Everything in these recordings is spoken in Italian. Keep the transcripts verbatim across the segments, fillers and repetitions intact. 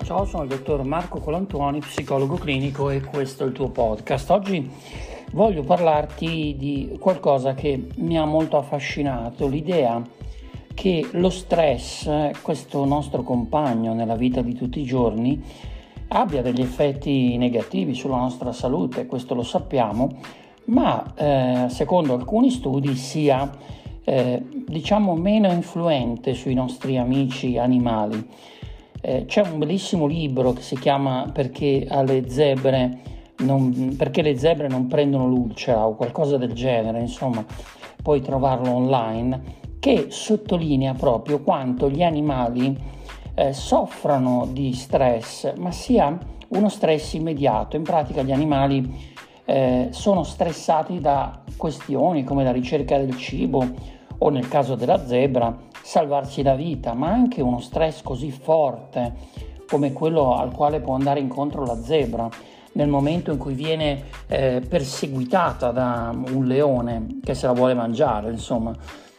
Ciao, sono il dottor Marco Colantuoni, psicologo clinico, e questo è il tuo podcast. Oggi voglio parlarti di qualcosa che mi ha molto affascinato, l'idea che lo stress, questo nostro compagno nella vita di tutti i giorni, abbia degli effetti negativi sulla nostra salute, questo lo sappiamo, ma eh, secondo alcuni studi sia eh, diciamo meno influente sui nostri amici animali. Eh, c'è un bellissimo libro che si chiama Perché alle zebre non, perché le zebre non prendono l'ulcera o qualcosa del genere, insomma, puoi trovarlo online, che sottolinea proprio quanto gli animali eh, soffrano di stress, ma sia uno stress immediato. In pratica gli animali eh, sono stressati da questioni come la ricerca del cibo o, nel caso della zebra, salvarsi la vita, ma anche uno stress così forte come quello al quale può andare incontro la zebra nel momento in cui viene eh, perseguitata da un leone che se la vuole mangiare, insomma,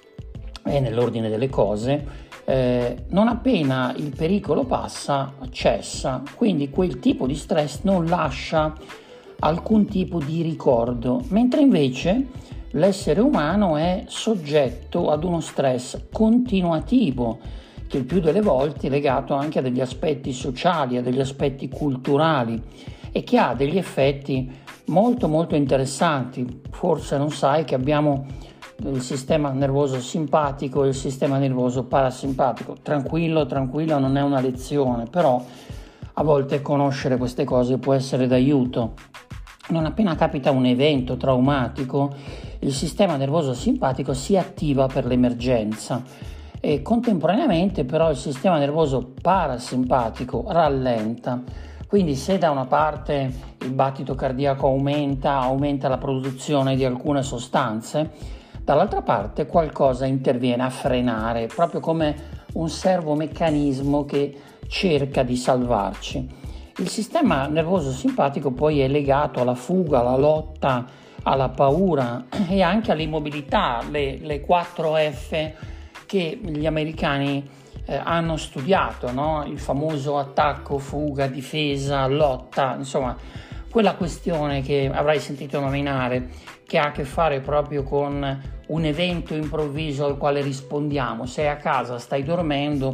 è nell'ordine delle cose. Eh, non appena il pericolo passa, cessa, quindi quel tipo di stress non lascia alcun tipo di ricordo, mentre invece l'essere umano è soggetto ad uno stress continuativo, che il più delle volte è legato anche a degli aspetti sociali, a degli aspetti culturali, e che ha degli effetti molto molto interessanti. Forse non sai che abbiamo il sistema nervoso simpatico e il sistema nervoso parasimpatico. Tranquillo, tranquillo, non è una lezione, però a volte conoscere queste cose può essere d'aiuto. Non appena capita un evento traumatico, il sistema nervoso simpatico si attiva per l'emergenza e contemporaneamente però il sistema nervoso parasimpatico rallenta. Quindi se da una parte il battito cardiaco aumenta, aumenta la produzione di alcune sostanze, dall'altra parte qualcosa interviene a frenare, proprio come un servomeccanismo che cerca di salvarci. Il sistema nervoso simpatico poi è legato alla fuga, alla lotta, alla paura e anche all'immobilità, le, le quattro F che gli americani eh, hanno studiato, no? Il famoso attacco, fuga, difesa, lotta, insomma, quella questione che avrai sentito nominare, che ha a che fare proprio con un evento improvviso al quale rispondiamo. Sei a casa, stai dormendo,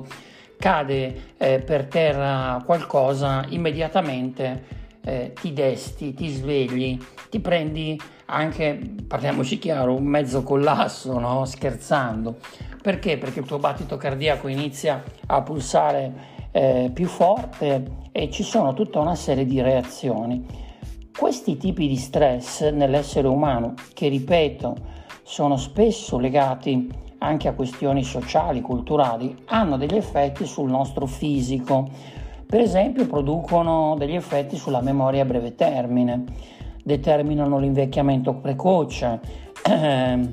cade eh, per terra qualcosa, immediatamente eh, ti desti, ti svegli, ti prendi anche, parliamoci chiaro, un mezzo collasso, no? Scherzando. Perché? Perché il tuo battito cardiaco inizia a pulsare eh, più forte e ci sono tutta una serie di reazioni. Questi tipi di stress nell'essere umano, che ripeto, sono spesso legati anche a questioni sociali, culturali, hanno degli effetti sul nostro fisico. Per esempio, producono degli effetti sulla memoria a breve termine, determinano l'invecchiamento precoce, eh,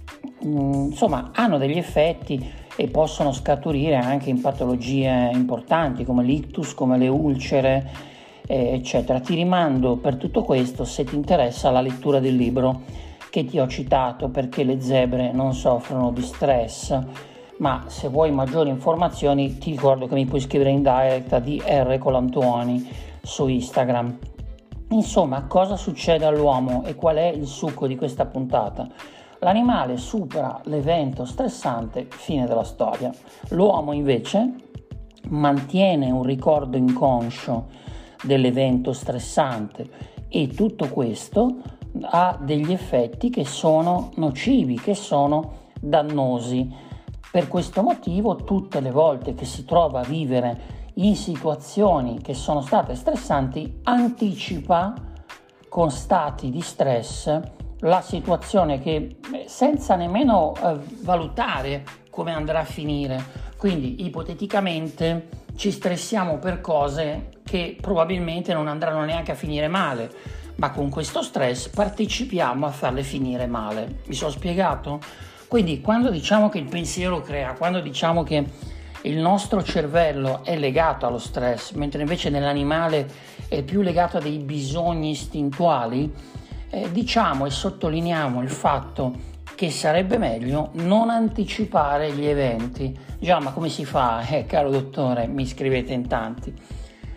insomma, hanno degli effetti e possono scaturire anche in patologie importanti come l'ictus, come le ulcere, eh, eccetera. Ti rimando per tutto questo, se ti interessa, la lettura del libro che ti ho citato, Perché le zebre non soffrono di stress. Ma se vuoi maggiori informazioni ti ricordo che mi puoi scrivere in direct a D R Colantuoni su Instagram. Insomma, cosa succede all'uomo e qual è il succo di questa puntata? L'animale supera l'evento stressante, fine della storia. L'uomo invece mantiene un ricordo inconscio dell'evento stressante, e tutto questo ha degli effetti che sono nocivi, che sono dannosi. Per questo motivo, tutte le volte che si trova a vivere in situazioni che sono state stressanti, anticipa con stati di stress la situazione, che senza nemmeno eh, valutare come andrà a finire. Quindi ipoteticamente ci stressiamo per cose che probabilmente non andranno neanche a finire male, ma con questo stress partecipiamo a farle finire male. Mi sono spiegato? Quindi quando diciamo che il pensiero crea, quando diciamo che il nostro cervello è legato allo stress, mentre invece nell'animale è più legato a dei bisogni istintuali, eh, diciamo e sottolineiamo il fatto che sarebbe meglio non anticipare gli eventi. Già, ma come si fa? Eh, caro dottore, mi scrivete in tanti.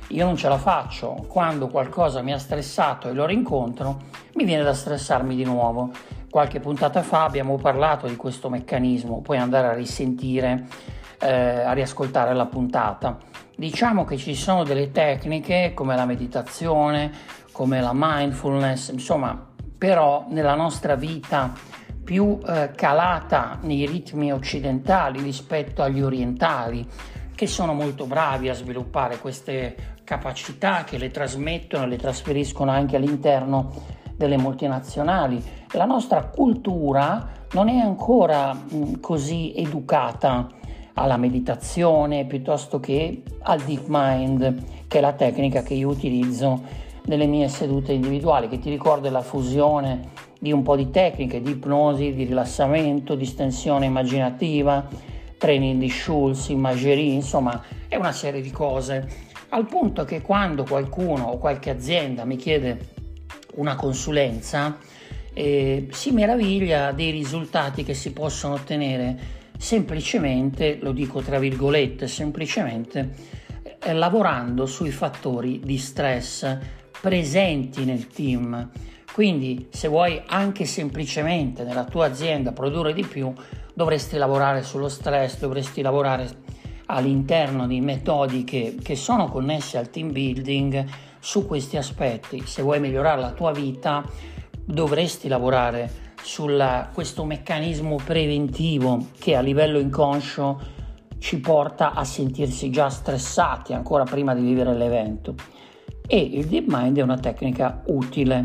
io non ce la faccio, quando qualcosa mi ha stressato e lo rincontro, mi viene da stressarmi di nuovo. Qualche puntata fa abbiamo parlato di questo meccanismo, puoi andare a risentire, eh, a riascoltare la puntata. Diciamo che ci sono delle tecniche come la meditazione, come la mindfulness, insomma, però nella nostra vita più eh, calata nei ritmi occidentali rispetto agli orientali, che sono molto bravi a sviluppare queste capacità, che le trasmettono e le trasferiscono anche all'interno delle multinazionali. La nostra cultura non è ancora mh, così educata alla meditazione piuttosto che al deep mind, che è la tecnica che io utilizzo nelle mie sedute individuali, che ti ricorda la fusione di un po' di tecniche, di ipnosi, di rilassamento, di stensione immaginativa, training di Schulz, imagerie, insomma è una serie di cose, al punto che quando qualcuno o qualche azienda mi chiede una consulenza eh, si meraviglia dei risultati che si possono ottenere semplicemente, lo dico tra virgolette, semplicemente eh, lavorando sui fattori di stress presenti nel team. Quindi se vuoi anche semplicemente nella tua azienda produrre di più, dovresti lavorare sullo stress, dovresti lavorare all'interno di metodiche che sono connesse al team building su questi aspetti. Se vuoi migliorare la tua vita, dovresti lavorare su questo meccanismo preventivo che a livello inconscio ci porta a sentirsi già stressati ancora prima di vivere l'evento. E il deep mind è una tecnica utile,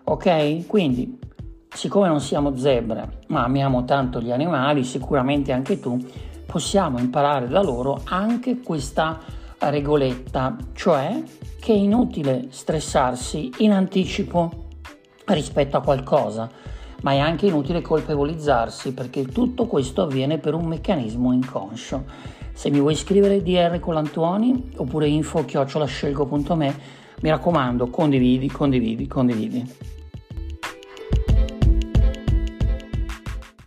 ok? Quindi, siccome non siamo zebre, ma amiamo tanto gli animali, sicuramente anche tu, possiamo imparare da loro anche questa regoletta, cioè che è inutile stressarsi in anticipo rispetto a qualcosa, ma è anche inutile colpevolizzarsi, perché tutto questo avviene per un meccanismo inconscio. Se mi vuoi scrivere D R Colantuoni oppure info chiocciola scelgo punto me, mi raccomando, condividi, condividi, condividi.